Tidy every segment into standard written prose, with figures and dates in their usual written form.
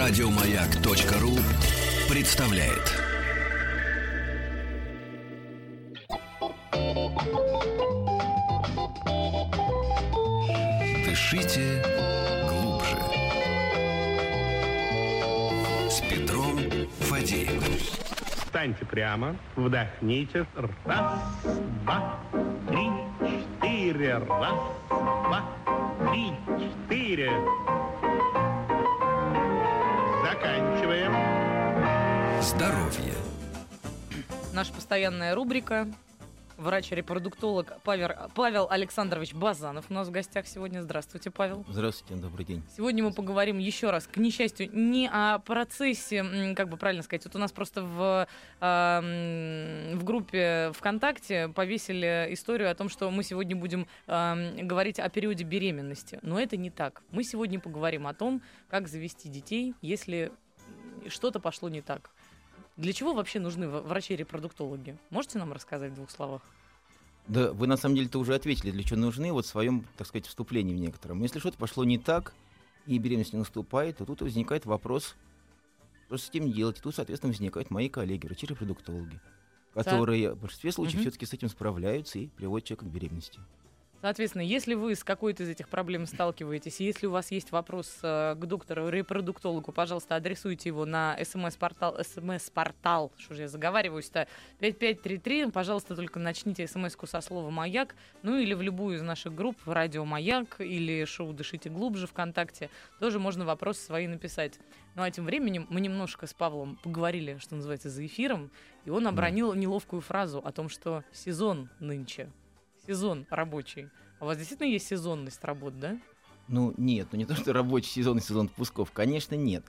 Радиомаяк.ру представляет. Дышите глубже. С Петром Фадеевым. Встаньте прямо, вдохните. Раз, два, три, четыре. Раз, два, три, четыре. Заканчиваем. Здоровье. Наша постоянная рубрика. Врач-репродуктолог Павел Александрович Базанов у нас в гостях сегодня. Здравствуйте, Павел. Здравствуйте, добрый день. Сегодня мы поговорим еще раз, к несчастью, не о процессе, как бы правильно сказать. Вот у нас просто в группе ВКонтакте повесили историю о том, что мы сегодня будем говорить о периоде беременности. Но это не так. Мы сегодня поговорим о том, как завести детей, если что-то пошло не так. Для чего вообще нужны врачи-репродуктологи? Можете нам рассказать в двух словах? Да, вы на самом деле-то уже ответили, для чего нужны, вот в своем, так сказать, вступлении в некотором. Если что-то пошло не так, и беременность не наступает, то тут возникает вопрос, что с этим делать. И тут, соответственно, возникают мои коллеги, врачи-репродуктологи, которые в большинстве случаев все-таки с этим справляются и приводят человека к беременности. Соответственно, если вы с какой-то из этих проблем сталкиваетесь, если у вас есть вопрос к доктору-репродуктологу, пожалуйста, адресуйте его на смс-портал, что же я заговариваюсь-то, 5533, пожалуйста, только начните смс-ку со слова «Маяк», ну или в любую из наших групп, «Радио Маяк» или шоу «Дышите глубже» ВКонтакте, тоже можно вопросы свои написать. Ну а тем временем мы немножко с Павлом поговорили, что называется, за эфиром, и он обронил неловкую фразу о том, что сезон нынче. Сезон рабочий. А у вас действительно есть сезонность работ, да? Ну, нет, не то, что рабочий сезон и сезон отпусков, конечно, нет.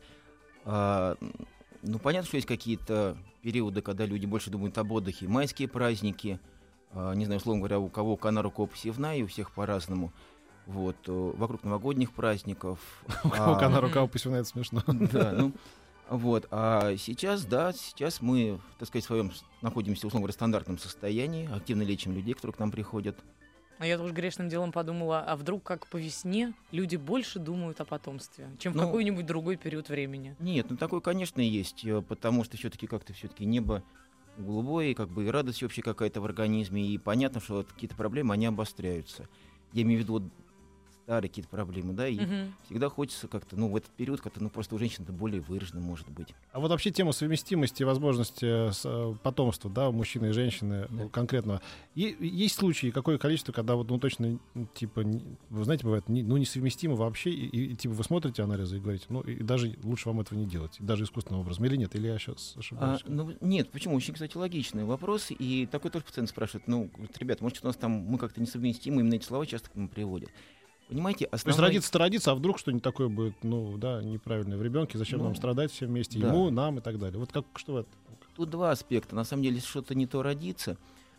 Понятно, что есть какие-то периоды, когда люди больше думают об отдыхе. Майские праздники, не знаю, условно говоря, у кого канара, у кого посевная, и у всех по-разному. Вот, вокруг новогодних праздников. У кого канара, у кого посевная, это смешно. Да, вот, а сейчас мы, так сказать, в своем находимся, условно говоря, в стандартном состоянии, активно лечим людей, которые к нам приходят. А я тоже грешным делом подумала, а вдруг как по весне люди больше думают о потомстве, чем в какой-нибудь другой период времени? Нет, такое, конечно, есть, потому что все-таки как-то небо голубое, и как бы и радость вообще какая-то в организме, и понятно, что какие-то проблемы, они обостряются. Я имею в виду старые какие-то проблемы, да, и всегда хочется как-то, в этот период как-то, просто у женщин это более выражено, может быть. А вот вообще тема совместимости и возможности потомства, да, у мужчины и женщины конкретно. Есть случаи, какое количество, когда точно, вы знаете, бывает, несовместимо вообще, и вы смотрите анализы и говорите, и даже лучше вам этого не делать, даже искусственным образом, или нет, или я сейчас ошибаюсь? Нет, почему? Очень, кстати, логичный вопрос, и такой тоже пациент спрашивает, ребята, может, у нас там, мы как-то несовместимы, именно эти слова часто к нам приводят. Понимаете, То есть родиться, а вдруг что-нибудь такое будет, неправильное в ребенке, зачем нам страдать все вместе, да. Ему, нам и так далее. Вот что это? Тут два аспекта. На самом деле, если что-то не то родится,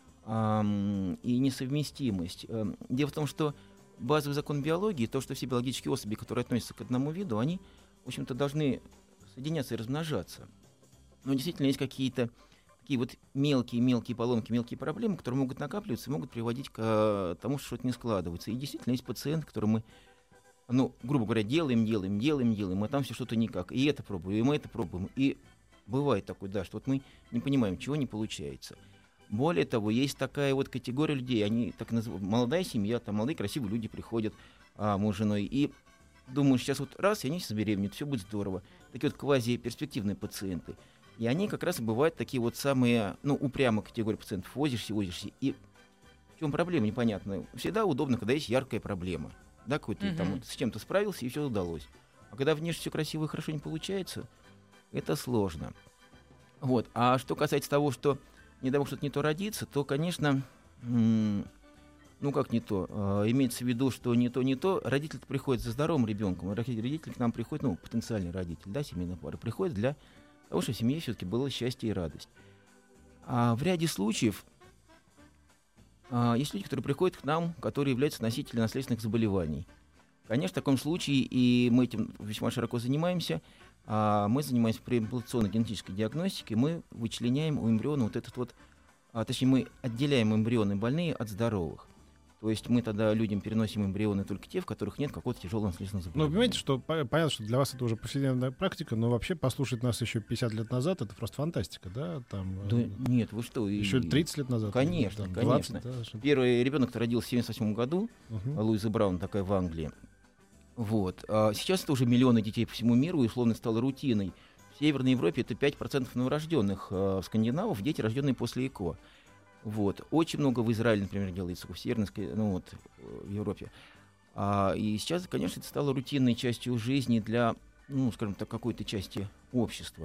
и несовместимость. Дело в том, что базовый закон биологии, то, что все биологические особи, которые относятся к одному виду, они, в общем-то, должны соединяться и размножаться. Но действительно есть какие-то такие вот мелкие поломки, мелкие проблемы, которые могут накапливаться и могут приводить к тому, что что-то не складывается. И действительно есть пациент, которому мы, грубо говоря, делаем, а там все что-то никак. И это пробуем, и мы это пробуем. И бывает такое, да, что мы не понимаем, чего не получается. Более того, есть такая вот категория людей, они так называют, молодая семья, там молодые красивые люди приходят, муж с женой, и думают, сейчас раз, и они забеременеют, все будет здорово. Такие вот квази-перспективные пациенты. И они как раз бывают такие вот самые, упрямые категории пациентов. Возишься. И в чем проблема, непонятно. Всегда удобно, когда есть яркая проблема. Да, какой-то там с чем-то справился, и все удалось. А когда внешне все красиво и хорошо не получается, это сложно. Вот. А что касается того, что, не дай бог, что-то не то родится, то, конечно, как не то. Имеется в виду, что не то. Родитель приходит за здоровым ребенком. Родитель к нам приходит, потенциальный родитель, да, семейная пара, приходит для того, чтобы в семье все-таки было счастье и радость. А в ряде случаев есть люди, которые приходят к нам, которые являются носителями наследственных заболеваний. Конечно, в таком случае, и мы этим весьма широко занимаемся, мы занимаемся преимплантационной генетической диагностикой, мы вычленяем у эмбриона мы отделяем эмбрионы больные от здоровых. То есть мы тогда людям переносим эмбрионы только те, в которых нет какого-то тяжелого наследственного Ну, заболевания. понимаете, что понятно, что для вас это уже повседневная практика, но вообще послушать нас еще 50 лет назад — это просто фантастика, да? Там, Да нет, вы что? еще 30 лет назад. Конечно, там, конечно. 20, да, что- Первый ребенок родился в 1978 году, Мгм. Луиза Браун такая в Англии. Вот. А сейчас это уже миллионы детей по всему миру, и условно стало рутиной. В Северной Европе это 5% новорожденных. В скандинавов дети, рожденные после ЭКО. Вот. Очень много в Израиле, например, делается, в Северной, в Европе. И сейчас, конечно, это стало рутинной частью жизни для, скажем так, какой-то части общества.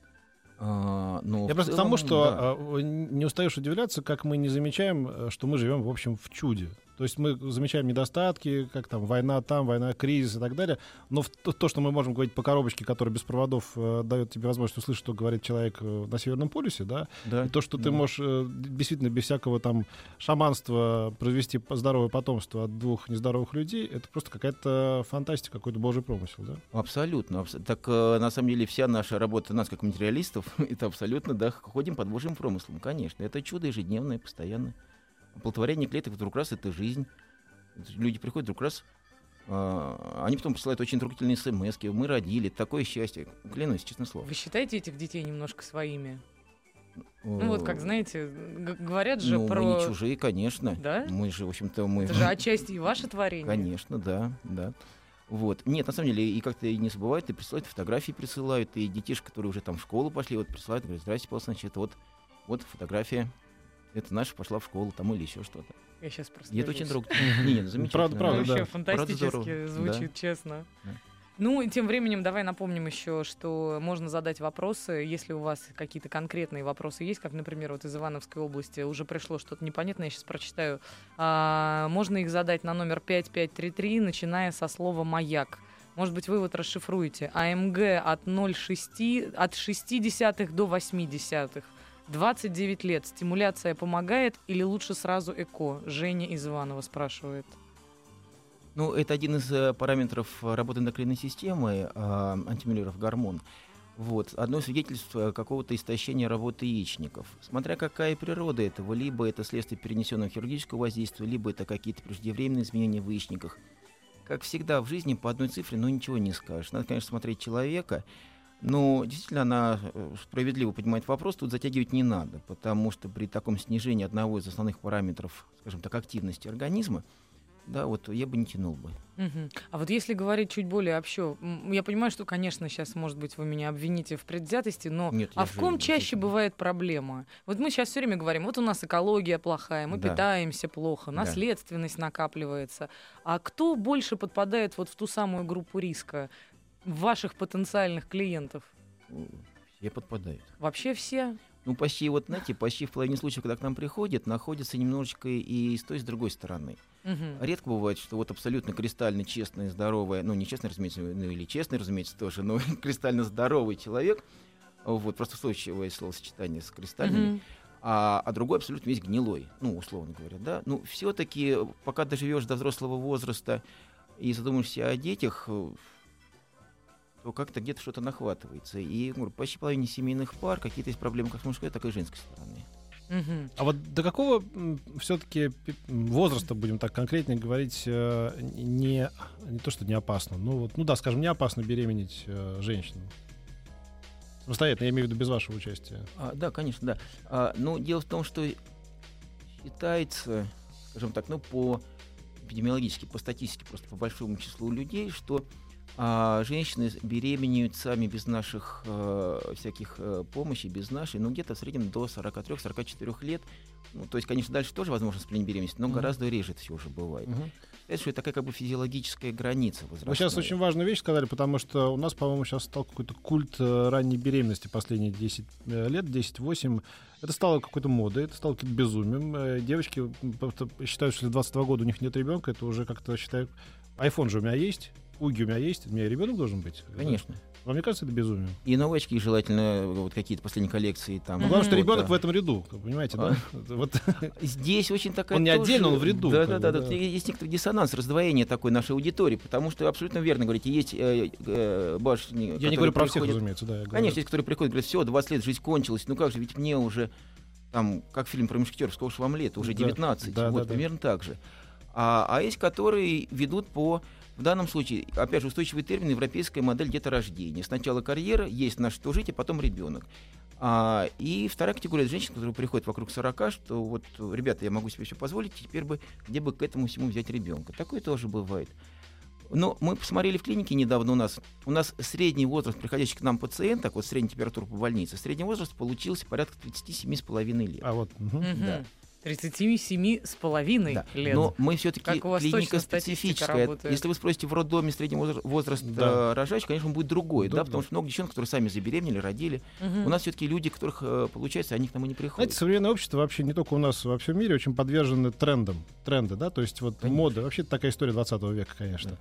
Но Я в просто к целом, тому, да. что не устаешь удивляться, как мы не замечаем, что мы живем, в общем, в чуде. То есть мы замечаем недостатки, как там война там, война, кризис и так далее. Но то, что мы можем говорить по коробочке, которая без проводов дает тебе возможность услышать, что говорит человек на Северном полюсе, да, Да, и то, что да. ты можешь действительно без всякого там шаманства произвести здоровое потомство от двух нездоровых людей, это просто какая-то фантастика, какой-то божий промысел, да? Абсолютно. Так, на самом деле, вся наша работа, нас как материалистов, это абсолютно, да, ходим под Божьим промыслом, конечно. Это чудо ежедневное, постоянное. Оплодотворение клеток вдруг раз — это жизнь. Люди приходят вдруг раз, они потом присылают очень трогательные смс-ки. Мы родили, такое счастье. Клянусь, честное слово. Вы считаете этих детей немножко своими? Ну вот, как знаете, говорят же Ну, про... мы не чужие, конечно. Да? Мы же, в общем-то, мы... Это же отчасти и ваше творение. Конечно, да, да. Вот. Нет, на самом деле, и как-то и не забывают, и присылают, фотографии присылают, и детишки, которые уже там в школу пошли, вот присылают, говорят: здрасте, Павел Александрович, это вот фотография, это наша пошла в школу, там или еще что-то. Я сейчас просто И это очень держусь. трогательно. Нет, замечательно. Правда, Вообще да. фантастически Правда здорово. звучит, Да. честно. Да. Ну, и тем временем давай напомним еще, что можно задать вопросы, если у вас какие-то конкретные вопросы есть, как, например, вот из Ивановской области уже пришло что-то непонятное, я сейчас прочитаю. Можно их задать на номер 5533, начиная со слова «маяк». Может быть, вы вот расшифруете. АМГ от 0,6 до 0,8. 29 лет. Стимуляция помогает или лучше сразу ЭКО? Женя из Иванова спрашивает. Ну, это один из параметров работы эндокринной системы, антимюллеров гормон. Вот. Одно из свидетельств какого-то истощения работы яичников. Смотря какая природа этого, либо это следствие перенесенного хирургического воздействия, либо это какие-то преждевременные изменения в яичниках. Как всегда в жизни по одной цифре, ничего не скажешь. Надо, конечно, смотреть человека. Но действительно она справедливо поднимает вопрос, тут затягивать не надо, потому что при таком снижении одного из основных параметров, скажем так, активности организма, да, вот я бы не тянул бы. Мгм. А вот если говорить чуть более общо, я понимаю, что, конечно, сейчас, может быть, вы меня обвините в предвзятости, но Нет, я в же ком не чаще действительно. бывает проблема? Вот мы сейчас все время говорим, вот у нас экология плохая, мы Да. питаемся плохо, Да. наследственность накапливается. А кто больше подпадает вот в ту самую группу риска ваших потенциальных клиентов? Все подпадают. Вообще все? Ну, почти, вот, знаете, почти в половине случаев, когда к нам приходят, находятся немножечко и с той, и с другой стороны. Мгм. Редко бывает, что вот абсолютно кристально честный, здоровый, ну, не честный, разумеется, ну, или честный, разумеется, тоже, но кристально здоровый человек, вот, просто устойчивое словосочетание с кристальными, Мгм. а другой абсолютно весь гнилой, ну, условно говоря, да. Ну, все-таки, пока доживешь до взрослого возраста и задумаешься о детях, то как-то где-то что-то нахватывается. И, говорю, почти половине семейных пар какие-то есть проблемы как с мужской, так и с женской стороны. Мгм. А вот до какого все-таки возраста, будем так конкретнее говорить, не то, что не опасно, скажем, не опасно беременеть женщину? Самостоятельно, я имею в виду без вашего участия. Да, конечно, да. Ну, дело в том, что считается, скажем так, ну, эпидемиологически, по статистике, просто по большому числу людей, что женщины беременеют сами без наших всяких помощи, без нашей, ну, где-то в среднем до 43-44 лет. Ну, то есть, конечно, дальше тоже возможно воспринять беременность, но гораздо реже это все уже бывает. Это что это такая как бы физиологическая граница возрастная. Вы сейчас очень важную вещь сказали, потому что у нас, по-моему, сейчас стал какой-то культ ранней беременности последние 10 лет, 10-8. Это стало какой-то модой, это стало каким-то безумием. Девочки считают, что если 22 года у них нет ребенка, это уже как-то считают... Айфон же у меня есть, Уги у меня есть, у меня ребенок должен быть. Конечно. Вам не кажется это безумием? И новые очки желательно, вот какие-то последние коллекции. Там, Ну, главное, что вот, ребенок в этом ряду, понимаете, да? Вот. Здесь очень такая... Он не тоже- отдельно, он в ряду, Да, как да, бы, да, да. да. Есть некоторый диссонанс, раздвоение такой нашей аудитории, потому что абсолютно верно говорите, есть башни... Я не говорю про всех, разумеется, да. Конечно, есть, которые приходят и говорят, все, 20 лет, жизнь кончилась, ну как же, ведь мне уже, там, как фильм про мушкетеров, сколько же вам лет, уже Да, 19, да, вот, да, да. примерно так же. А есть, которые ведут по, в данном случае, опять же, устойчивый термин, европейская модель деторождения. Сначала карьера, есть на что жить, а потом ребенок. И вторая категория женщин, которые приходят вокруг 40, что вот, ребята, я могу себе все позволить, теперь бы, где бы к этому всему взять ребенка. Такое тоже бывает. Но мы посмотрели в клинике недавно у нас средний возраст приходящих к нам пациенток, вот средняя температура по больнице, средний возраст получился порядка 37,5 лет. А вот, Да. 37,5 Да. лет. Но мы все-таки Как у вас клиника точно статистика специфическая. работает? Если вы спросите в роддоме средний возраст Да. рожающих, конечно, он будет другой, Да, потому что много девчонок, которые сами забеременели, родили. У нас все-таки люди, которых получается, они к нам и не приходят. знаете, современное общество вообще не только у нас, во всем мире очень подвержено трендам. Тренды, да, то есть вот мода. Вообще это такая история 20 века, конечно.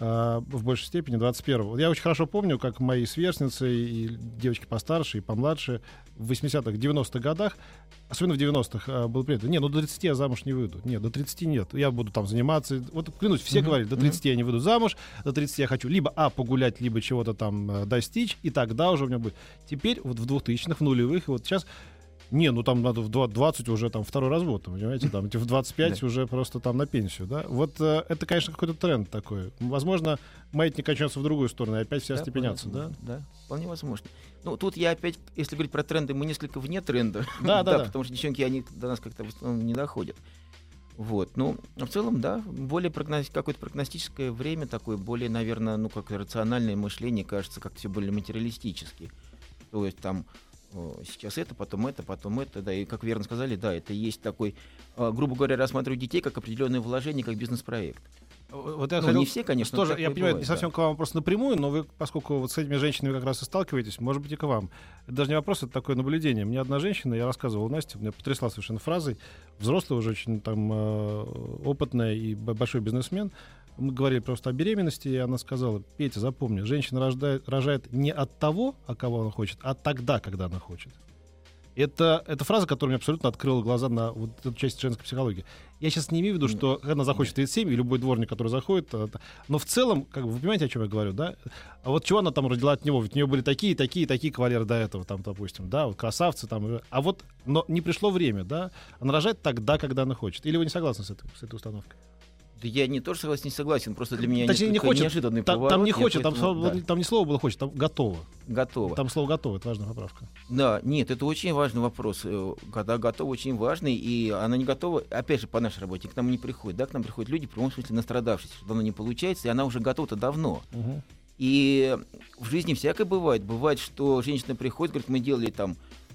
В большей степени 21-го. Я очень хорошо помню, как мои сверстницы и девочки постарше и помладше в 80-х, 90-х годах, особенно в 90-х, было принято: не, ну до 30 я замуж не выйду. Нет, до 30 нет. Я буду там заниматься. Вот клянусь, все говорили, до 30 я не выйду замуж, до 30 я хочу либо погулять, либо чего-то там достичь, и тогда уже у меня будет. Теперь вот в 2000-х, в нулевых, и вот сейчас не, ну там надо в 20 уже там второй развод, понимаете, там в 25 уже просто там на пенсию, да. Вот это, конечно, какой-то тренд такой. Возможно, маятник качнется в другую сторону, и опять все остепенятся, да? Да, вполне возможно. Ну, тут я опять, если говорить про тренды, мы несколько вне тренда. Да. Потому что девчонки, они до нас как-то в основном не доходят. Вот, ну, в целом, да, более какое-то прогностическое время такое, более, наверное, ну, как рациональное мышление, кажется, как все более материалистически. То есть там сейчас это, потом это, да, и, как верно сказали, да, это есть такой, грубо говоря, рассматривать детей как определенное вложение, как бизнес-проект. Вот я Ну, хотел не все, конечно, тоже, такое я понимаю, бывает, не совсем да. к вам вопрос напрямую, но вы, поскольку вот с этими женщинами как раз и сталкиваетесь, может быть, и к вам. Это даже не вопрос, это такое наблюдение. Мне одна женщина, я рассказывал Насте, меня потрясла совершенно фразой, взрослая уже очень там опытная и большой бизнесмен. Мы говорили просто о беременности, и она сказала: Петя, запомни, женщина рожает не от того, кого она хочет, а тогда, когда она хочет. Это фраза, которая мне абсолютно открыла глаза на вот эту часть женской психологии. Я сейчас не имею в виду, что она захочет 37, и любой дворник, который заходит, но в целом, как бы, вы понимаете, о чем я говорю, да? А вот чего она там родила от него? Ведь у нее были такие кавалеры до этого, там, допустим, да, вот красавцы там. А вот, но не пришло время, да? Она рожает тогда, когда она хочет. Или вы не согласны с этой установкой? Да я не то, что согласен, не согласен, просто для меня Точнее, не хочет, неожиданный там поворот. не хочет, поэтому, да, там не слово было хочет, там готово. готово. Там слово готово, это важная поправка. Да, нет, это очень важный вопрос. Когда готова, очень важный, и она не готова, опять же, по нашей работе, к нам не приходит, да, к нам приходят люди, в прямом смысле, настрадавшиеся, что давно не получается, и она уже готова-то давно. Угу. И в жизни всякое бывает. Бывает, что женщина приходит, говорит, мы делали там,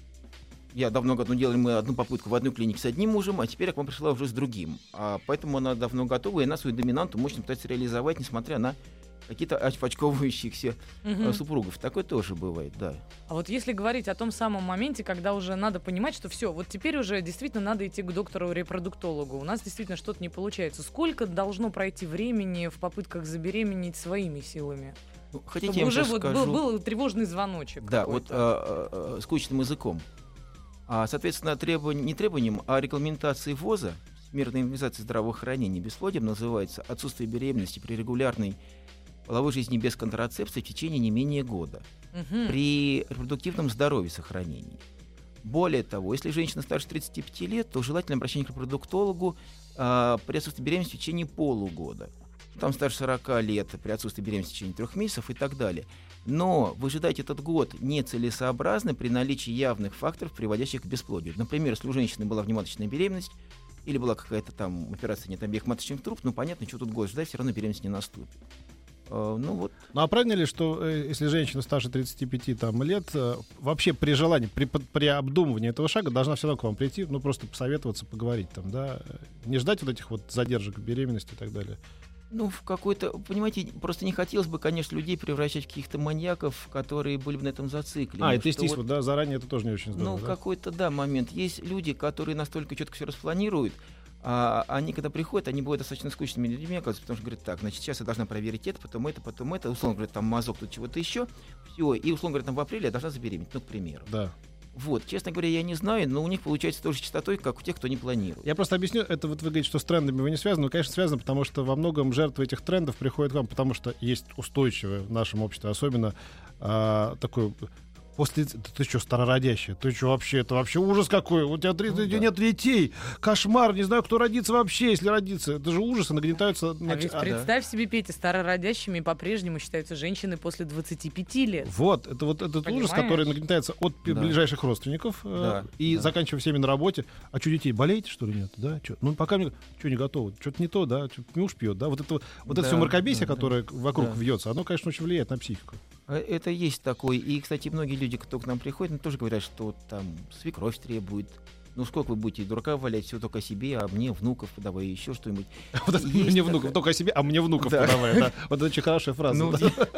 делали мы одну попытку в одной клинике с одним мужем, а теперь я к вам пришла уже с другим. Поэтому она давно готова, и она свою доминанту мощно пытается реализовать, несмотря на какие-то очковывающихся супругов. Такое тоже бывает, да. А вот если говорить о том самом моменте, когда уже надо понимать, что все, вот теперь уже действительно надо идти к доктору-репродуктологу, у нас действительно что-то не получается. Сколько должно пройти времени в попытках забеременеть своими силами? Ну, хотите, Чтобы я вам уже сейчас вот скажу? был тревожный звоночек. Да, какой-то. вот скучным языком. Соответственно, не требованием, а регламентацией ВОЗа, Всемирной организации здравоохранения, бесплодием называется отсутствие беременности при регулярной половой жизни без контрацепции в течение не менее года. При репродуктивном здоровье сохранении. Более того, если женщина старше 35 лет, то желательно обращение к репродуктологу при отсутствии беременности в течение полугода. Там старше 40 лет при отсутствии беременности в течение 3 месяцев и так далее. Но выжидать этот год нецелесообразно при наличии явных факторов, приводящих к бесплодию. Например, если у женщины была внематочная беременность, или была какая-то там операция нет обеих маточных труб, ну понятно, что тут год ждать, все равно беременность не наступит. Ну вот. Ну а правильно ли, что если женщина старше 35 там, лет, вообще при желании, при обдумывании этого шага должна все равно к вам прийти, ну просто посоветоваться, поговорить там, да, не ждать вот этих вот задержек беременности и так далее? Ну, в какой-то, понимаете, просто не хотелось бы, конечно, людей превращать в каких-то маньяков, которые были бы на этом зациклены. Это естественно, да, заранее это тоже не очень здорово. Ну, да? какой-то, да, момент. Есть люди, которые настолько четко все распланируют, а они, когда приходят, они бывают достаточно скучными людьми, оказывается, потому что говорят, так, значит, сейчас я должна проверить это, потом это, условно говоря, там мазок, тут чего-то еще, все, и, условно говоря, там в апреле я должна забеременеть, ну, к примеру. Да. Вот, честно говоря, я не знаю, но у них получается тоже частотой, как у тех, кто не планирует. Я просто объясню, это вот вы говорите, что с трендами вы не связаны, но, конечно, связано, потому что во многом жертвы этих трендов приходят к вам, потому что есть устойчивое в нашем обществе, особенно такое Ты что, старородящая? Ты что вообще? Это вообще ужас какой. У тебя нет детей. Кошмар. Не знаю, кто родится вообще, если родится. Это же ужас, и нагнетаются... Ведь представь себе, Петя, старородящими по-прежнему считаются женщины после 25 лет. Вот этот ужас, который нагнетается от ближайших родственников и заканчивая всеми на работе. А что, детей болеете, что ли, нет? Да? Чё? Ну, пока не готовы. Что-то не то, да? Муж пьет, да? Вот это все мракобесие, которое вокруг вьется, оно, конечно, очень влияет на психику. Это есть такое. И, кстати, многие люди, кто к нам приходит, тоже говорят, что там свекровь требует. Ну, сколько вы будете дурака валять, все только о себе, а мне внуков подавай, еще что-нибудь. Мне внуков, только о себе, а мне внуков подавай. Вот это очень хорошая фраза.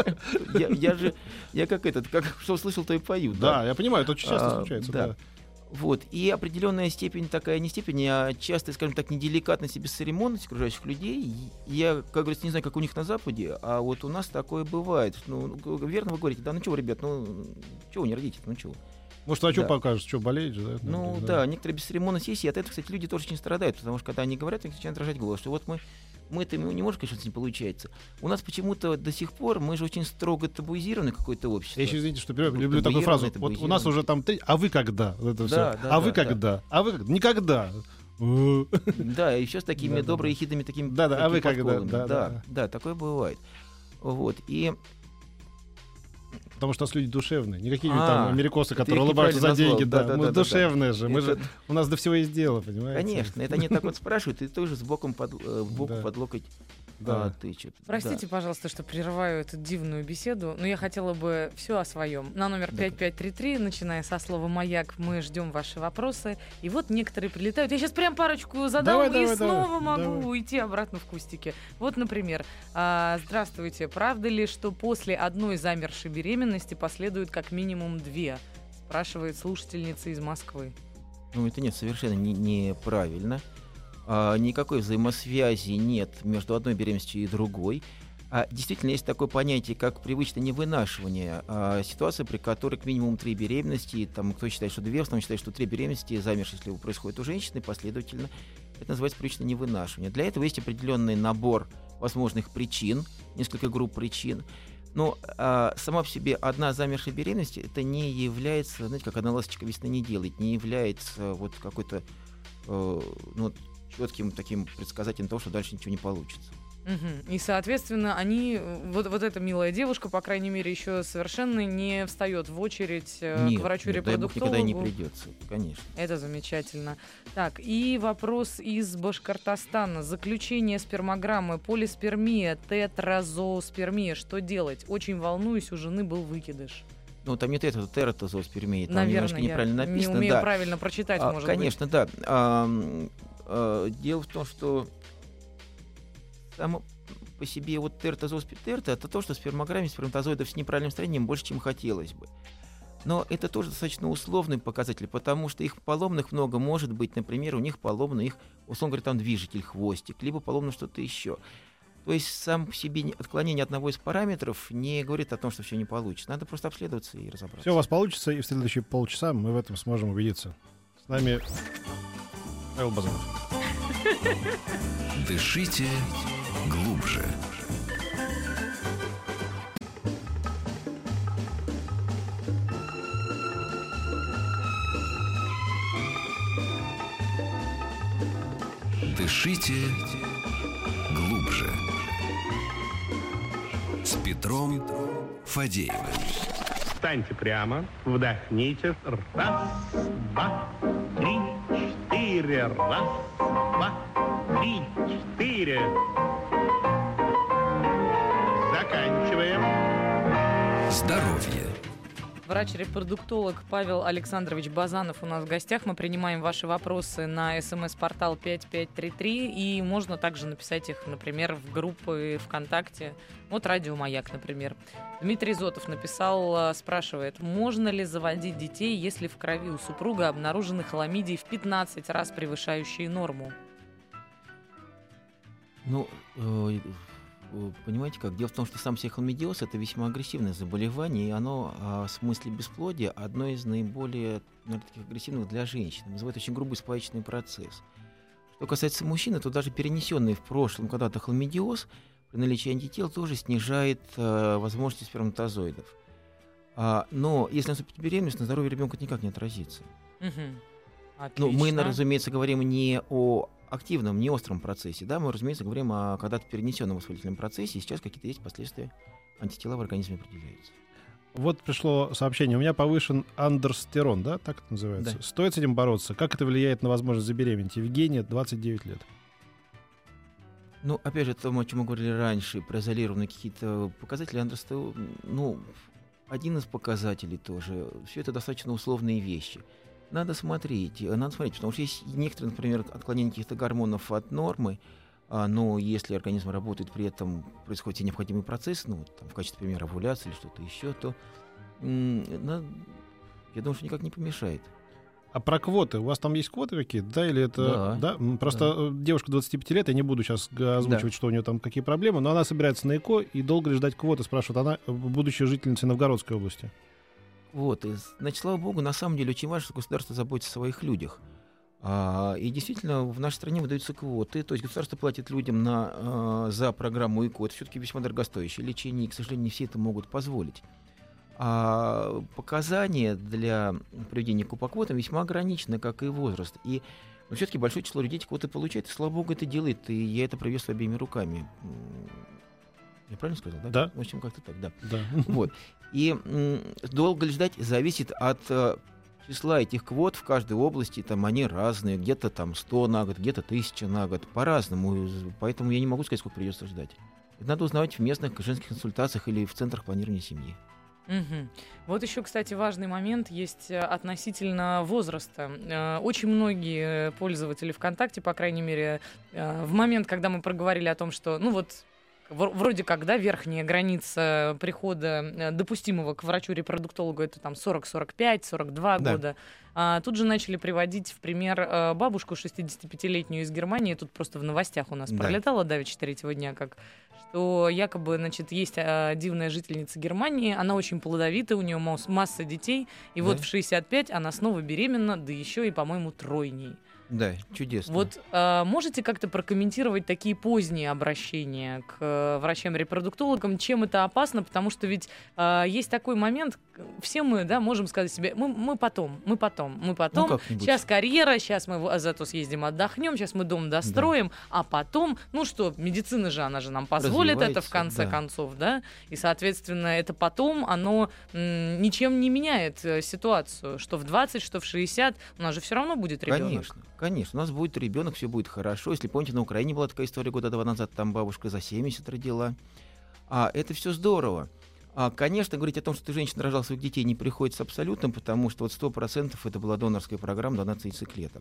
Я как что услышал, то и пою. Да, я понимаю, это очень часто случается. Да. Вот. И определенная степень, такая не степень, а часто, скажем так, неделикатность и бесцеремонность окружающих людей. Я, как говорится, не знаю, как у них на Западе, а вот у нас такое бывает. Ну, верно вы говорите, да, ну чего, ребят, чего вы не родите, ну чего. Может, а что покажешь, что болеешь, да? Ну да, некоторые бесцеремонность есть, и от этого, кстати, люди тоже очень страдают, потому что когда они говорят, они начинают дрожать голос, что вот мы-то не можем, конечно, не получается. У нас почему-то до сих пор, мы же очень строго табуизированы какое-то общество. Я еще, извините, что люблю такую фразу. Вот у нас уже там а вы когда? Вот это все. Вы когда? А вы когда? Никогда. Да, и еще с такими добрыми, ехидными такими... Да, а вы когда? Да, такое бывает. Вот, и... Потому что у нас люди душевные. Не какие-нибудь там америкосы, которые улыбаются за деньги. Да. Мы душевные же. У нас до всего есть дело, понимаете? Конечно. Это они так вот спрашивают, и тоже с боком под локоть. Да. Простите, пожалуйста, что прерываю эту дивную беседу, но я хотела бы все о своем. На номер 5533, начиная со слова «Маяк», мы ждем ваши вопросы. И вот некоторые прилетают. Я сейчас прям парочку задам и снова могу уйти обратно в кустики. Вот, например, здравствуйте. Правда ли, что после одной замершей беременности последует как минимум 2? Спрашивает слушательница из Москвы. Ну, это нет, совершенно неправильно. Никакой взаимосвязи нет между одной беременностью и другой. Действительно, есть такое понятие, как привычное невынашивание. Ситуация, при которой к минимум 3 беременности, там кто считает, что 2, в основном считает, что 3 беременности, замершие, если происходит у женщины, последовательно, это называется привычное невынашивание. Для этого есть определенный набор возможных причин, несколько групп причин. Но сама по себе одна замершая беременность, это не является, знаете, как одна ласточка весны не делает, не является вот какой-то четким таким предсказателем того, что дальше ничего не получится. Угу. И, соответственно, они, вот эта милая девушка, по крайней мере, еще совершенно не встает в очередь к врачу-репродуктологу. Никогда не придется, конечно. Это замечательно. Так, и вопрос из Башкортостана. Заключение спермограммы, полиспермия, тетразооспермия. Что делать? Очень волнуюсь, у жены был выкидыш. Ну, там нет этого тератозооспермии, там наверное, немножко неправильно написано. Не умею правильно прочитать, может конечно, быть. Конечно, да. Дело в том, что само по себе вот тератозооспермия это то, что в спермограмме сперматозоидов с неправильным строением больше, чем хотелось бы. Но это тоже достаточно условный показатель, потому что их поломных много может быть. Например, у них поломан их, условно говоря, там движитель, хвостик, либо поломано что-то еще. То есть сам по себе отклонение одного из параметров не говорит о том, что все не получится. Надо просто обследоваться и разобраться. Все у вас получится, и в следующие полчаса мы в этом сможем убедиться. С нами Павел Базанов. Дышите глубже. Дышите глубже. С Петром Фадеевым. Встаньте прямо, вдохните. Раз, два, три, четыре. Раз, два, три, четыре. Заканчиваем. Здоровье. Врач-репродуктолог Павел Александрович Базанов у нас в гостях. Мы принимаем ваши вопросы на СМС-портал 5533. И можно также написать их, например, в группы ВКонтакте. Вот «Радио Маяк», например. Дмитрий Зотов написал, спрашивает, можно ли заводить детей, если в крови у супруга обнаружены хламидии в 15 раз превышающие норму? Ну, понимаете как? Дело в том, что сам хламидиоз — это весьма агрессивное заболевание, и оно в смысле бесплодия одно из наиболее таких агрессивных для женщин. Вызывает очень грубый спаечный процесс. Что касается мужчины, то даже перенесенный в прошлом когда-то хламидиоз при наличии антител тоже снижает возможности сперматозоидов. Но если наступит беременность, на здоровье ребенка это никак не отразится. Мгм. Ну, мы, Отлично. разумеется, говорим не о активном, не остром процессе, да, мы, разумеется, говорим о когда-то перенесенном воспалительном процессе, и сейчас какие-то есть последствия, антитела в организме определяются. Вот пришло сообщение. У меня повышен андерстерон, да, так это называется? Да. Стоит с этим бороться? Как это влияет на возможность забеременеть? Евгения, 29 лет. Ну, опять же, то, о чем мы говорили раньше, про изолированные какие-то показатели андерстерона, ну, один из показателей тоже. Все это достаточно условные вещи. Надо смотреть, потому что есть некоторые, например, отклонения каких-то гормонов от нормы, но если организм работает, при этом происходят все необходимые процессы, ну, там, в качестве примера овуляции или что-то еще, то я думаю, что никак не помешает. А про квоты? У вас там есть квоты какие-то, да? Или это... Да. Просто девушка 25 лет, я не буду сейчас озвучивать, что у нее там какие проблемы, но она собирается на ЭКО, и долго ли ждать квоты, спрашивает она, будущая жительница Новгородской области. Вот, значит, слава богу, на самом деле очень важно, что государство заботится о своих людях. И действительно, в нашей стране выдаются квоты, то есть государство платит людям за программу ЭКО. Это все-таки весьма дорогостоящее лечение, и, к сожалению, не все это могут позволить. А показания для проведения ЭКО по квотам весьма ограничены, как и возраст. И все-таки большое число людей эти квоты получает, и, слава богу, это делает, и я это приветствую обеими руками. Я правильно сказал, да? Да. В общем, как-то так, да. Да. Вот. И долго ли ждать зависит от числа этих квот в каждой области. Там они разные, где-то там 100 на год, где-то 1000 на год, по-разному. Поэтому я не могу сказать, сколько придется ждать. Это надо узнавать в местных женских консультациях или в центрах планирования семьи. Мгм. Вот еще, кстати, важный момент есть относительно возраста. Очень многие пользователи ВКонтакте, по крайней мере, в момент, когда мы проговорили о том, что, ну вот, вроде как, да, верхняя граница прихода допустимого к врачу-репродуктологу это там 40, 45, 42 Да. года. Тут же начали приводить в пример бабушку 65-летнюю из Германии. Тут просто в новостях у нас Да. пролетало давеча третьего дня, как что якобы, значит, есть дивная жительница Германии, она очень плодовитая, у нее масса детей, и вот Да. в 65 она снова беременна, да еще и, по-моему, тройней. Да, чудесно. Вот можете как-то прокомментировать такие поздние обращения к врачам-репродуктологам? Чем это опасно? Потому что ведь есть такой момент, все мы, да, можем сказать себе, мы потом. Ну, как-нибудь. Сейчас карьера, сейчас мы зато съездим отдохнем, сейчас мы дом достроим, а потом, ну что, медицина же, она же нам позволит это в Развивается, конце да. концов, да? И, соответственно, это потом, оно ничем не меняет ситуацию, что в 20, что в 60, у нас же все равно будет ребенок. Конечно, у нас будет ребенок, все будет хорошо. Если помните, на Украине была такая история года 2 назад, там бабушка за 70 родила. Это все здорово. Конечно, говорить о том, что ты женщина рожала своих детей, не приходится абсолютно, потому что вот 100% это была донорская программа донации яйцеклеток.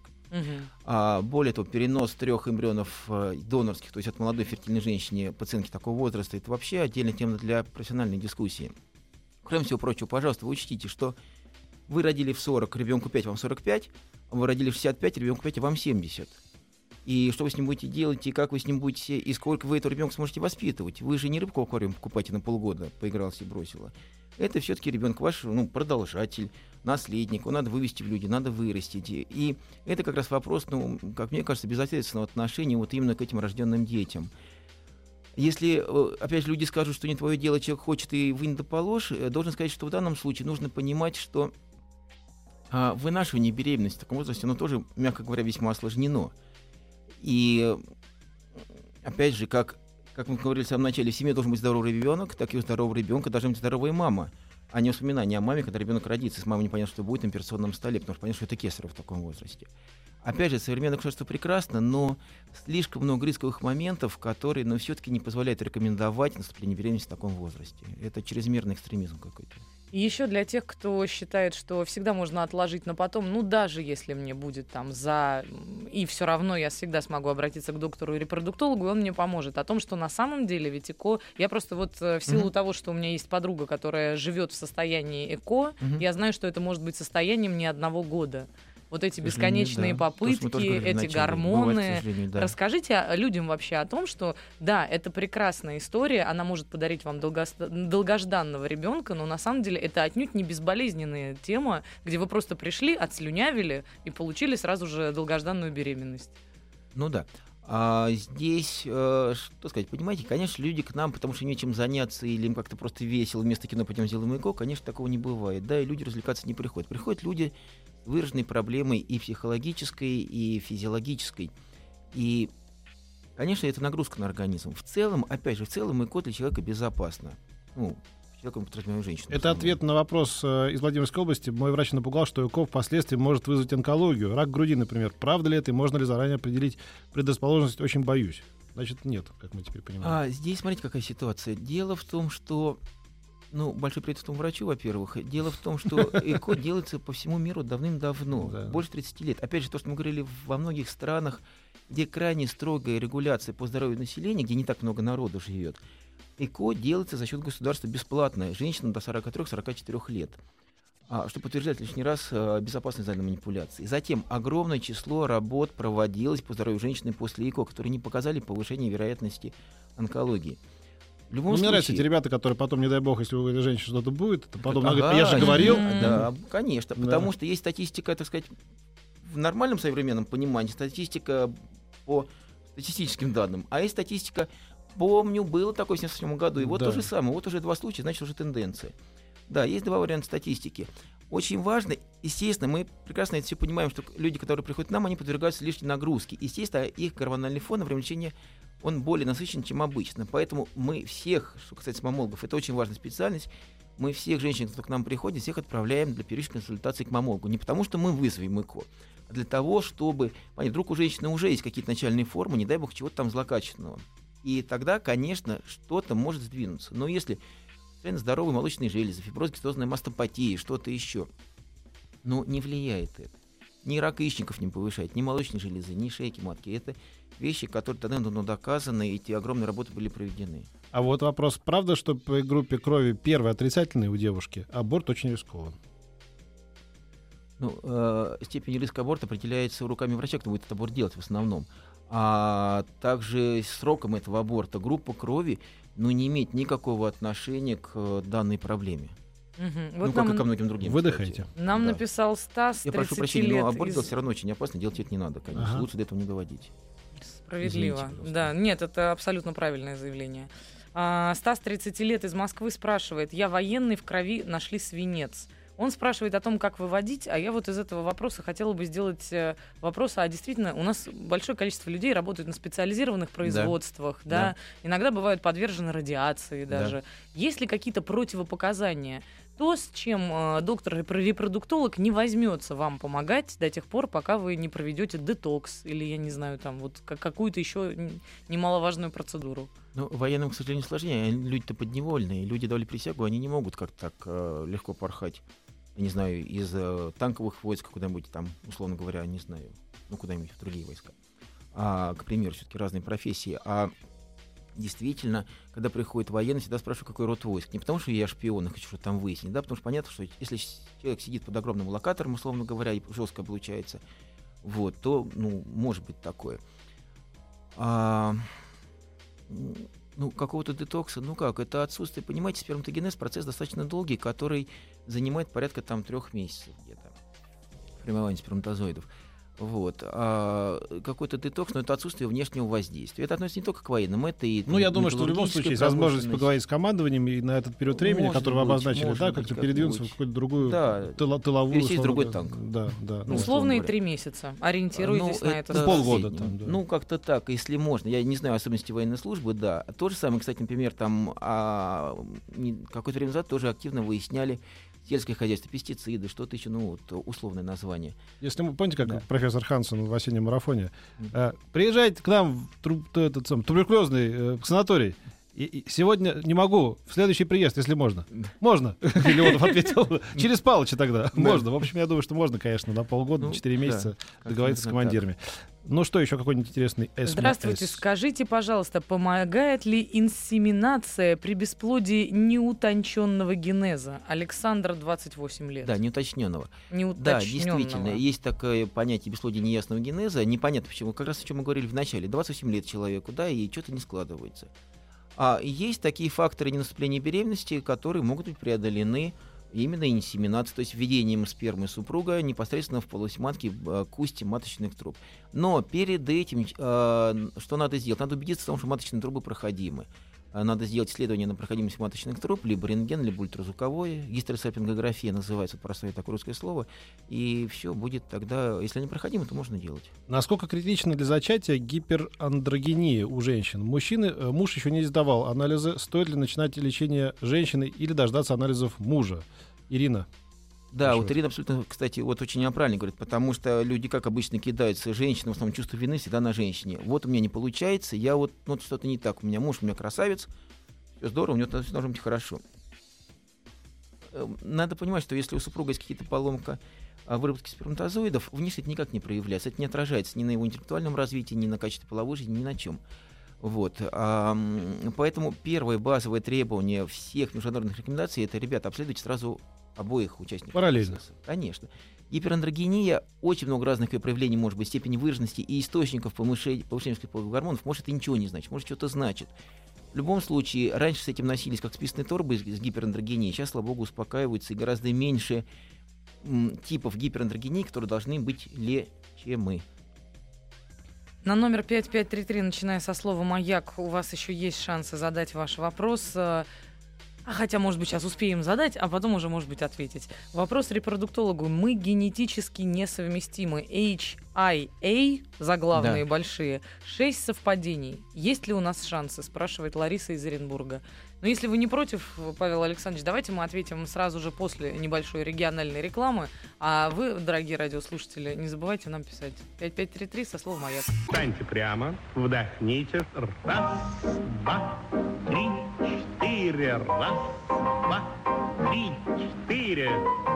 Мгм. Более того, перенос 3 эмбрионов донорских, то есть от молодой фертильной женщины, пациентки такого возраста, это вообще отдельная тема для профессиональной дискуссии. Кроме всего прочего, пожалуйста, вы учтите, что вы родили в 40, ребенку 5, вам 45, а вы родили в 65, ребенку 5, а вам 70. И что вы с ним будете делать, и как вы с ним будете, и сколько вы этого ребенка сможете воспитывать. Вы же не рыбку в аквариум покупаете на полгода, поигралась и бросила. Это все-таки ребенок ваш, продолжатель, наследник, его надо вывести в люди, надо вырастить. И это как раз вопрос, как мне кажется, безответственного отношения вот именно к этим рожденным детям. Если, опять же, люди скажут, что не твое дело, человек хочет и вынь да положь, должен сказать, что в данном случае нужно понимать, что вынашивание беременности в таком возрасте, оно тоже, мягко говоря, весьма осложнено. И, опять же, как мы говорили в самом начале, в семье должен быть здоровый ребенок, так и у здорового ребенка должна быть здоровая мама, а не воспоминания о маме, когда ребенок родится. С мамой непонятно, что будет на операционном столе, потому что понятно, что это кесарево в таком возрасте. Опять же, современное государство прекрасно, но слишком много рисковых моментов, которые, все-таки не позволяют рекомендовать наступление беременности в таком возрасте. Это чрезмерный экстремизм какой-то. И еще для тех, кто считает, что всегда можно отложить на потом, даже если мне будет там и все равно я всегда смогу обратиться к доктору-репродуктологу, и он мне поможет. О том, что на самом деле ведь ЭКО... Я просто в силу того, что у меня есть подруга, которая живет в состоянии ЭКО, я знаю, что это может быть состоянием не 1 года. Вот эти бесконечные попытки, эти гормоны. Бывает, да. Расскажите людям вообще о том, что да, это прекрасная история, она может подарить вам долгожданного ребенка, но на самом деле это отнюдь не безболезненная тема, где вы просто пришли, отслюнявили и получили сразу же долгожданную беременность. Ну да. А здесь, что сказать, понимаете, конечно, люди к нам, потому что нечем заняться или им как-то просто весело, вместо кино пойдем сделаем ЭКО, конечно, такого не бывает. Да, и люди развлекаться не приходят. Приходят люди с выраженной проблемой и психологической, и физиологической. И, конечно, это нагрузка на организм. В целом, опять же, ЭКО для человека безопасно. Ну, человеком подразумеваем женщину. Это ответ на вопрос из Владимирской области. Мой врач напугал, что ЭКО впоследствии может вызвать онкологию. Рак груди, например. Правда ли это? И можно ли заранее определить предрасположенность? Очень боюсь. Значит, нет, как мы теперь понимаем. Здесь, смотрите, какая ситуация. Дело в том, что... большой привет этому врачу, во-первых. Дело в том, что ЭКО делается по всему миру давным-давно. Да. Больше 30 лет. Опять же, то, что мы говорили, во многих странах, где крайне строгая регуляция по здоровью населения, где не так много народу живет, ЭКО делается за счет государства бесплатно женщинам до 43-44 лет, что подтверждает лишний раз безопасность данной манипуляции. Затем огромное число работ проводилось по здоровью женщины после ЭКО, которые не показали повышения вероятности онкологии. В любом случае... Мне нравятся эти ребята, которые потом, не дай бог, если у этой женщины что-то будет, то потом я же говорил. Да, конечно, потому что есть статистика, так сказать, в нормальном современном понимании, статистика по статистическим данным, а есть статистика. Помню, было такое в 1977 году, и вот то же самое, вот уже 2 случая, значит, уже тенденция. Да, есть 2 варианта статистики. Очень важно, естественно, мы прекрасно это все понимаем, что люди, которые приходят к нам, они подвергаются лишней нагрузке. Естественно, их гормональный фон во время лечения, он более насыщен, чем обычно. Поэтому мы всех, что касается маммологов, это очень важная специальность, мы всех женщин, кто к нам приходит, всех отправляем для первичной консультации к маммологу. Не потому, что мы вызовем ЭКО, а для того, чтобы, вдруг у женщины уже есть какие-то начальные формы, не дай бог, чего-то там злокачественного. И тогда, конечно, что-то может сдвинуться. Но если здоровые молочные железы, фиброз, гистозная мастопатия, что-то еще, не влияет это. Ни рак яичников не повышает, ни молочные железы, ни шейки матки. Это вещи, которые тогда доказаны, и эти огромные работы были проведены. А вот вопрос, правда, что по группе крови первый отрицательный у девушки, аборт очень рискован? Степень риска аборта определяется руками врача, кто будет этот аборт делать в основном. А также сроком этого аборта группа крови не имеет никакого отношения к данной проблеме. Вот как и ко многим другим. Выдыхайте. Нам написал Стас, 30 Я прошу прощения, лет но аборт делать все равно очень опасно, делать это не надо, конечно. Лучше до этого не доводить. Справедливо. Да, нет, это абсолютно правильное заявление. Стас, 30 лет, из Москвы спрашивает: я военный, в крови нашли свинец. Он спрашивает о том, как выводить, а я вот из этого вопроса хотела бы сделать вопрос, а действительно у нас большое количество людей работают на специализированных производствах, да. Иногда бывают подвержены радиации даже. Есть ли какие-то противопоказания? То, с чем доктор-репродуктолог не возьмется вам помогать до тех пор, пока вы не проведете детокс или, я не знаю, там вот какую-то еще немаловажную процедуру. Военным, к сожалению, сложнее. Люди-то подневольные. Люди дали присягу, они не могут как-то так легко порхать. Не знаю, из танковых войск куда-нибудь там, условно говоря, не знаю, куда-нибудь в другие войска. К примеру, все-таки разные профессии. Действительно, когда приходит военный, всегда спрашиваю, какой род войск. Не потому, что я шпион и хочу что-то там выяснить, потому что понятно, что если человек сидит под огромным локатором, условно говоря, и жестко облучается, то, может быть такое. Какого-то детокса, это отсутствие, понимаете, сперматогенез, процесс достаточно долгий, который занимает порядка 3 месяцев где-то, формирование сперматозоидов. Какой-то детокс, но это отсутствие внешнего воздействия. Это относится не только к военным, это и... я думаю, что в любом случае есть возможность поговорить с командованием и на этот период времени, который вы обозначили, как-то передвинуться в какую-то другую тыловую... Пересесть в другой танк. Условные 3 месяца. Ориентируйтесь на это. Полгода. Как-то так, если можно. Я не знаю особенности военной службы, да. То же самое, кстати, например, какое-то время назад тоже активно выясняли сельское хозяйство, пестициды, что-то еще, условное название. Если вы помните, как профессор Хансен в осеннем марафоне, приезжайте к нам в туберкулезный санаторий. И сегодня не могу, в следующий приезд, если можно. Можно, Леонов ответил. Через Палыча тогда. Можно. В общем, я думаю, что можно, конечно, на полгода, 4 месяца договориться с командирами. Что еще какой-нибудь интересный СМС? Здравствуйте, скажите, пожалуйста, помогает ли инсеминация при бесплодии неутонченного генеза? Александр, 28 лет. Да, неуточненного. Да, действительно, есть такое понятие бесплодия неясного генеза. Непонятно почему. Как раз о чем мы говорили в начале. 28 лет человеку, и что-то не складывается. Есть такие факторы ненаступления беременности, которые могут быть преодолены именно инсеминация, то есть введением спермы супруга непосредственно в полость матки, к устьям маточных труб. Но перед этим что надо сделать? Надо убедиться в том, что маточные трубы проходимы. Надо сделать исследование на проходимость маточных труб, либо рентген, либо ультразвуковое. Гистеросальпингография называется, простое такое русское слово. И все будет тогда, если они проходимы, то можно делать. Насколько критично для зачатия гиперандрогения у женщин? Муж еще не сдавал анализы. Стоит ли начинать лечение женщины или дождаться анализов мужа? Ирина. Да, Хорошо. вот Ирина абсолютно, кстати, вот очень правильно говорит, потому что люди, как обычно, кидаются женщинам, в основном чувство вины всегда на женщине. Вот у меня не получается, я вот что-то не так, у меня муж, у меня красавец, все здорово, у него все должно быть хорошо. Надо понимать, что если у супруга есть какие-то поломки выработки сперматозоидов, внешне это никак не проявляется, это не отражается ни на его интеллектуальном развитии, ни на качестве половой жизни, ни на чем. Вот. Поэтому первое базовое требование всех международных рекомендаций — это, ребята, обследуйте сразу обоих участников. Параллельно. Процесса. Конечно. Гиперандрогения, очень много разных ее проявлений может быть, степень выраженности и источников повышения половых гормонов, может, это ничего не значит, может, что-то значит. В любом случае, раньше с этим носились как с писаной торбой с гиперандрогенией, сейчас, слава богу, успокаиваются, и гораздо меньше типов гиперандрогении, которые должны быть лечимы. На номер 5533, начиная со слова «Маяк», у вас еще есть шансы задать ваш вопрос. Хотя, может быть, сейчас успеем задать, а потом уже, может быть, ответить. Вопрос репродуктологу. Мы генетически несовместимы. HIA, заглавные большие, 6 совпадений. Есть ли у нас шансы? Спрашивает Лариса из Оренбурга. Но если вы не против, Павел Александрович, давайте мы ответим сразу же после небольшой региональной рекламы. А вы, дорогие радиослушатели, не забывайте нам писать. 5533 со словом «Маяк». Встаньте прямо, вдохните. Раз, два, три, четыре. Раз, два, три, четыре.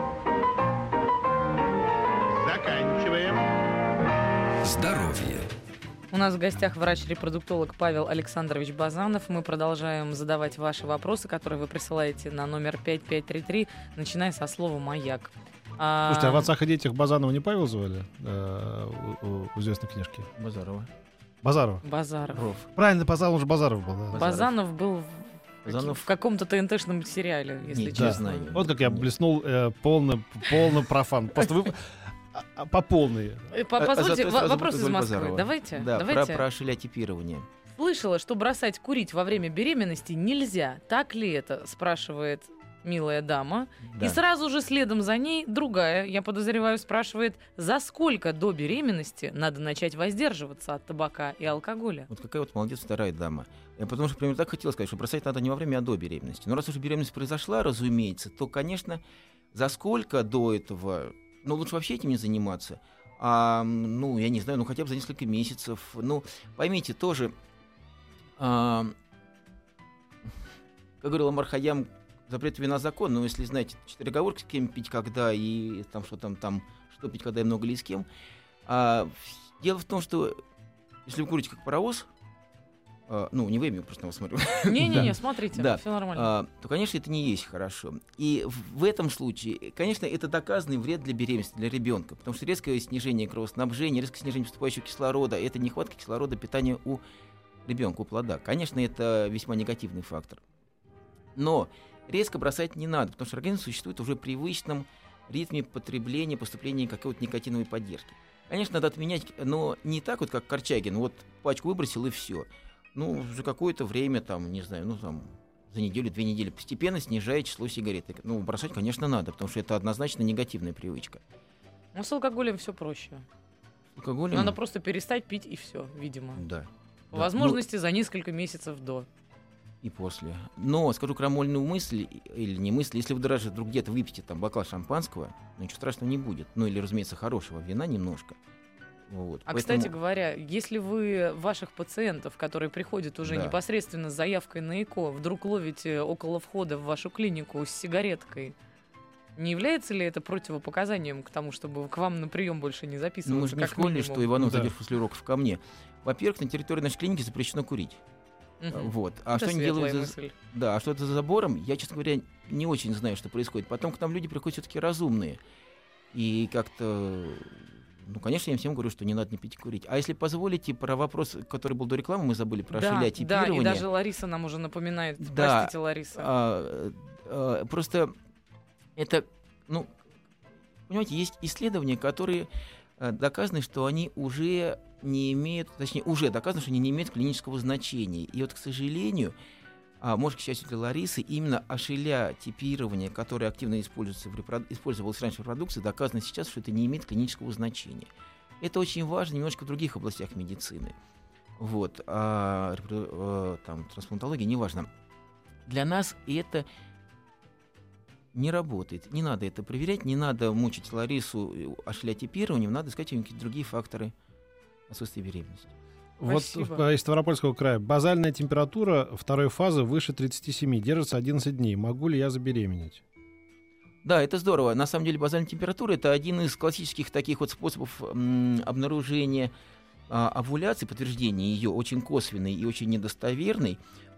Заканчиваем. Здоровье. У нас в гостях врач-репродуктолог Павел Александрович Базанов. Мы продолжаем задавать ваши вопросы, которые вы присылаете на номер 5533, начиная со слова «Маяк». Слушайте, а в «Отцах и детях» Базанова не Павел звали у известной книжки? Базарова. Базарова. Базаров. Правильно, Базаров, он же Базаров был. Да. Базанов был Базанов в каком-то ТНТ-шном сериале, если не честно. знаю. Вот как я блеснул полный профан. Просто вы по полной. Позвольте, Зато сразу вопрос будет из Оль Москвы. Базарова. Давайте. Да, давайте. про шелеотипирование. Слышала, что бросать курить во время беременности нельзя. Так ли это? Спрашивает милая дама. Да. И сразу же следом за ней другая, я подозреваю, спрашивает, за сколько до беременности надо начать воздерживаться от табака и алкоголя? Вот какая вот молодец вторая дама. Потому что, примерно так хотела сказать, что бросать надо не во время, а до беременности. Но раз уже беременность произошла, разумеется, то, конечно, за сколько до этого, лучше вообще этим не заниматься. Я не знаю, хотя бы за несколько месяцев. Поймите, тоже, как говорил Омар Хайям, запрет вина закон, но если знаете 4 оговорки, с кем пить, когда, и там, что пить, когда и много ли с кем. Дело в том, что если вы курите как паровоз, не вы, я просто на вас смотрю. Не-не-не, смотрите, Да. все нормально. То, конечно, это не есть хорошо. И в этом случае, конечно, это доказанный вред для беременности, для ребенка, потому что резкое снижение кровоснабжения, резкое снижение поступающего кислорода, это нехватка кислорода питания у ребенка, у плода. Конечно, это весьма негативный фактор. Но резко бросать не надо, потому что организм существует уже в привычном ритме потребления, поступления какой-то никотиновой поддержки. Конечно, надо отменять, но не так вот, как Корчагин, вот пачку выбросил и все. За какое-то время, за неделю, 2 недели, постепенно снижая число сигарет. Бросать, конечно, надо, потому что это однозначно негативная привычка. С алкоголем все проще. Алкоголем? Надо просто перестать пить и все, видимо. Да. По возможности за несколько месяцев до. И после. Но скажу крамольную мысль, или не мысль, если вы даже вдруг где-то выпьете бокал шампанского, ничего страшного не будет. Или, разумеется, хорошего вина немножко. Вот. Кстати говоря, если вы ваших пациентов, которые приходят уже непосредственно с заявкой на ЭКО, вдруг ловите около входа в вашу клинику с сигареткой, не является ли это противопоказанием к тому, чтобы к вам на прием больше не записываться? Мы же не в школе, что Иванов зайдет после уроков ко мне. Во-первых, на территории нашей клиники запрещено курить. Вот. А что они делают что это за забором, я, честно говоря, не очень знаю, что происходит. Потом к нам люди приходят все-таки разумные. И как-то... конечно, я им всем говорю, что не надо не пить и курить. А если позволите, про вопрос, который был до рекламы, мы забыли про шелеотипирование. Да, и даже Лариса нам уже напоминает. Простите, Лариса. Просто Это, ну, понимаете, есть исследования, которые доказаны, что они уже не имеют, точнее, уже доказано, что они не имеют клинического значения. И вот, к сожалению, может, к счастью для Ларисы, именно ашеля-типирование, которое активно использовалось раньше в репродукции, доказано сейчас, что это не имеет клинического значения. Это очень важно немножко в других областях медицины. Вот. Там, трансплантология, неважно. Для нас это не работает. Не надо это проверять, не надо мучить Ларису ашеля-типированием, надо искать какие-то другие факторы отсутствия беременности. Спасибо. Вот из Ставропольского края. Базальная температура второй фазы выше 37, держится 11 дней. Могу ли я забеременеть? Да, это здорово. На самом деле базальная температура — это один из классических таких вот способов обнаружения овуляции, подтверждения ее, очень косвенный и очень недостоверный.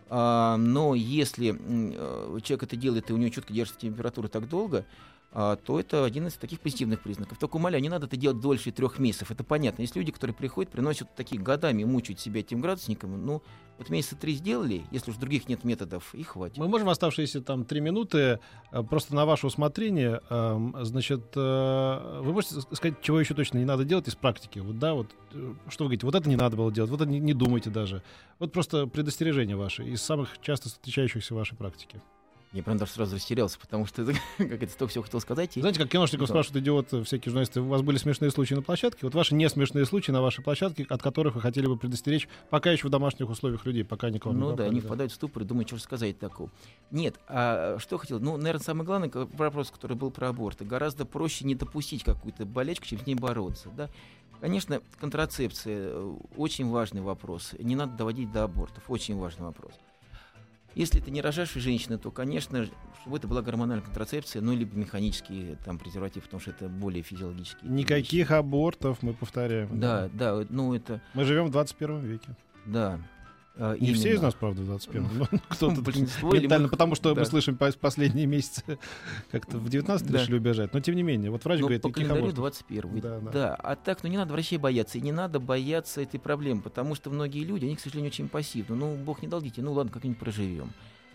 Но если человек это делает, и у него четко держится температура так долго, то это один из таких позитивных признаков. Только умоляю, не надо это делать дольше 3 месяцев. Это понятно. Есть люди, которые приходят, приносят такие годами, мучают себя этим градусником. Ну, вот месяца 3 сделали, если уж других нет методов, и хватит. Мы можем оставшиеся там 3 минуты просто на ваше усмотрение. Значит, вы можете сказать, чего еще точно не надо делать из практики? Вот, да, вот, что вы говорите, вот это не надо было делать, вот это не думайте даже. Вот просто предостережение ваше из самых часто встречающихся в вашей практике. Я прям даже сразу растерялся, потому что как это столько всего хотел сказать. Знаете, как киношников спрашивают идиоты, всякие журналисты, у вас были смешные случаи на площадке? Вот ваши не смешные случаи на вашей площадке, от которых вы хотели бы предостеречь пока еще в домашних условиях людей, пока никого не попали. Ну да, они впадают в ступор и думают, что же сказать такого. Нет, а что хотел? Ну, наверное, самый главный вопрос, который был про аборты. Гораздо проще не допустить какую-то болячку, чем с ней бороться, да? Конечно, контрацепция — очень важный вопрос. Не надо доводить до абортов, очень важный вопрос. Если это не рожавшая женщина, то, конечно, чтобы это была гормональная контрацепция, ну, либо механический там презерватив, потому что это более физиологические. Никаких абортов, мы повторяем. Да, ну это... Мы живем в 21 веке. Да. Не именно. все из нас, правда, в 21-м, но кто-то большинство ментально, потому что да. мы слышим последние месяцы, как-то в 19 Да. решили убежать. Но тем не менее, вот врач говорит, по никаких календарю абортов. 21. Да. А так, не надо врачей бояться. И не надо бояться этой проблемы, потому что многие люди, они, к сожалению, очень пассивны. Ну, бог не дал детей, ну ладно, как-нибудь проживем.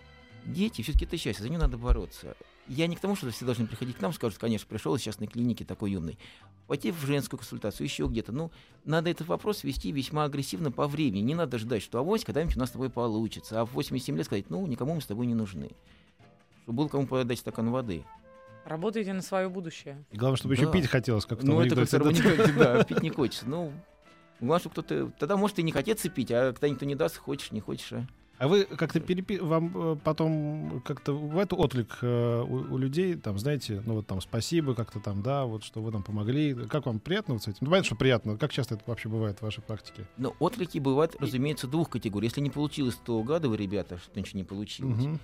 Дети, все-таки это счастье, за нее надо бороться. Я не к тому, что все должны приходить к нам, скажут, конечно, пришел из частной клиники такой умный. Пойти в женскую консультацию, еще где-то. Ну, надо этот вопрос вести весьма агрессивно по времени. Не надо ждать, что авось когда-нибудь у нас с тобой получится. А в 87 лет сказать, ну, никому мы с тобой не нужны. Чтобы был кому подать стакан воды. Работайте на свое будущее. И главное, чтобы Да. еще пить хотелось, как в том Ну, это анекдоте. как-то да, пить не хочется. Ну, главное, чтобы кто-то... Тогда, может, и не хотеться пить, а когда никто не даст, хочешь, не хочешь. А вы как-то вам потом как-то в эту отклик у людей, там, знаете, ну вот там спасибо как-то там, да, вот что вы нам помогли. Как вам приятно вот с этим? Ну, понятно, что приятно. Как часто это вообще бывает в вашей практике? Но отклики бывают, разумеется, двух категорий. Если не получилось, то гады вы, ребята, что ничего не получилось. Мгм.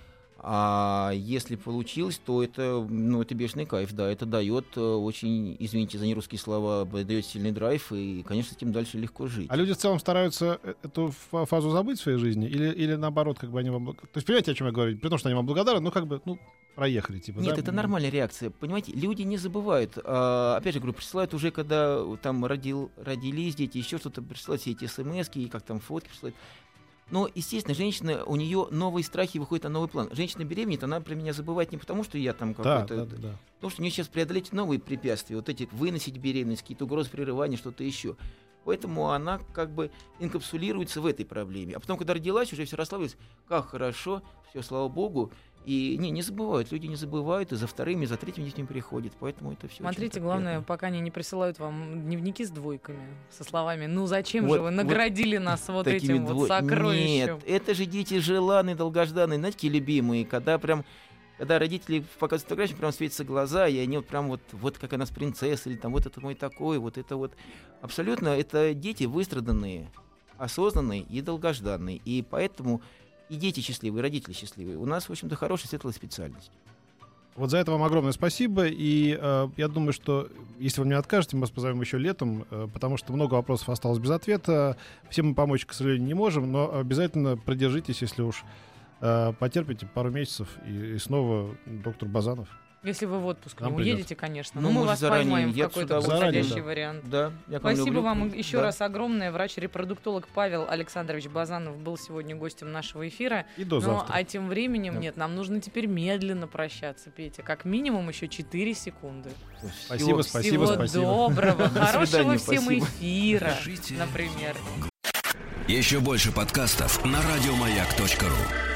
А если получилось, то это, ну, это бешеный кайф, да, это дает очень, извините за нерусские слова, дает сильный драйв, и, конечно, с этим дальше легко жить. А люди в целом стараются эту фазу забыть в своей жизни? Или наоборот, как бы они вам... То есть, понимаете, о чем я говорю? При том, что они вам благодарны, но как бы, ну, проехали, типа, Нет, да? это нормальная реакция. Понимаете, люди не забывают. Опять же, говорю, присылают уже, когда там родились дети, еще что-то, присылают все эти смс-ки, и как там фотки присылают. Но, естественно, женщина, у нее новые страхи выходят на новый план. Женщина беременеет, она про меня забывает не потому, что я там Да, какой-то... да. Потому что у нее сейчас преодолеть новые препятствия, вот эти выносить беременность, какие-то угрозы прерывания, что-то еще. Поэтому она как бы инкапсулируется в этой проблеме. А потом, когда родилась, уже все расслабилась, как хорошо, все, слава богу. И не забывают, люди не забывают, и за вторыми, и за третьими детьми приходят. Поэтому это все. Смотрите, главное, пока они не присылают вам дневники с двойками, со словами «Ну зачем Вот- же вы наградили нас вот такими этим вот сокровищем?» Нет, это же дети желанные, долгожданные, знаете, какие любимые, когда родители показывают фотографию, прям светятся глаза, и они вот прям вот как она с принцессой, или там вот это мой такой, вот это вот. Абсолютно, это дети выстраданные, осознанные и долгожданные. И поэтому и дети счастливые, и родители счастливые. У нас, в общем-то, хорошая светлая специальность. Вот за это вам огромное спасибо. И я думаю, что если вы мне откажете, мы вас позовем еще летом, потому что много вопросов осталось без ответа. Всем мы помочь, к сожалению, не можем, но обязательно продержитесь, если уж потерпите пару месяцев, и снова доктор Базанов. Если вы в отпуск Нам не придёт. уедете, конечно. Ну, Но мы может, вас заранее. поймаем в Я бы с какой-то удовольствием. подходящий Заранее, вариант. Да, я к вам Спасибо люблю. вам еще Да. раз огромное. Врач-репродуктолог Павел Александрович Базанов был сегодня гостем нашего эфира. И до Ну, завтра. а тем временем, Да. нет, нам нужно теперь медленно прощаться, Петя. Как минимум еще 4 секунды. Спасибо, Всего спасибо. доброго, хорошего свидания, всем спасибо. эфира, Жите. например. Еще больше подкастов на радиомаяк.ру.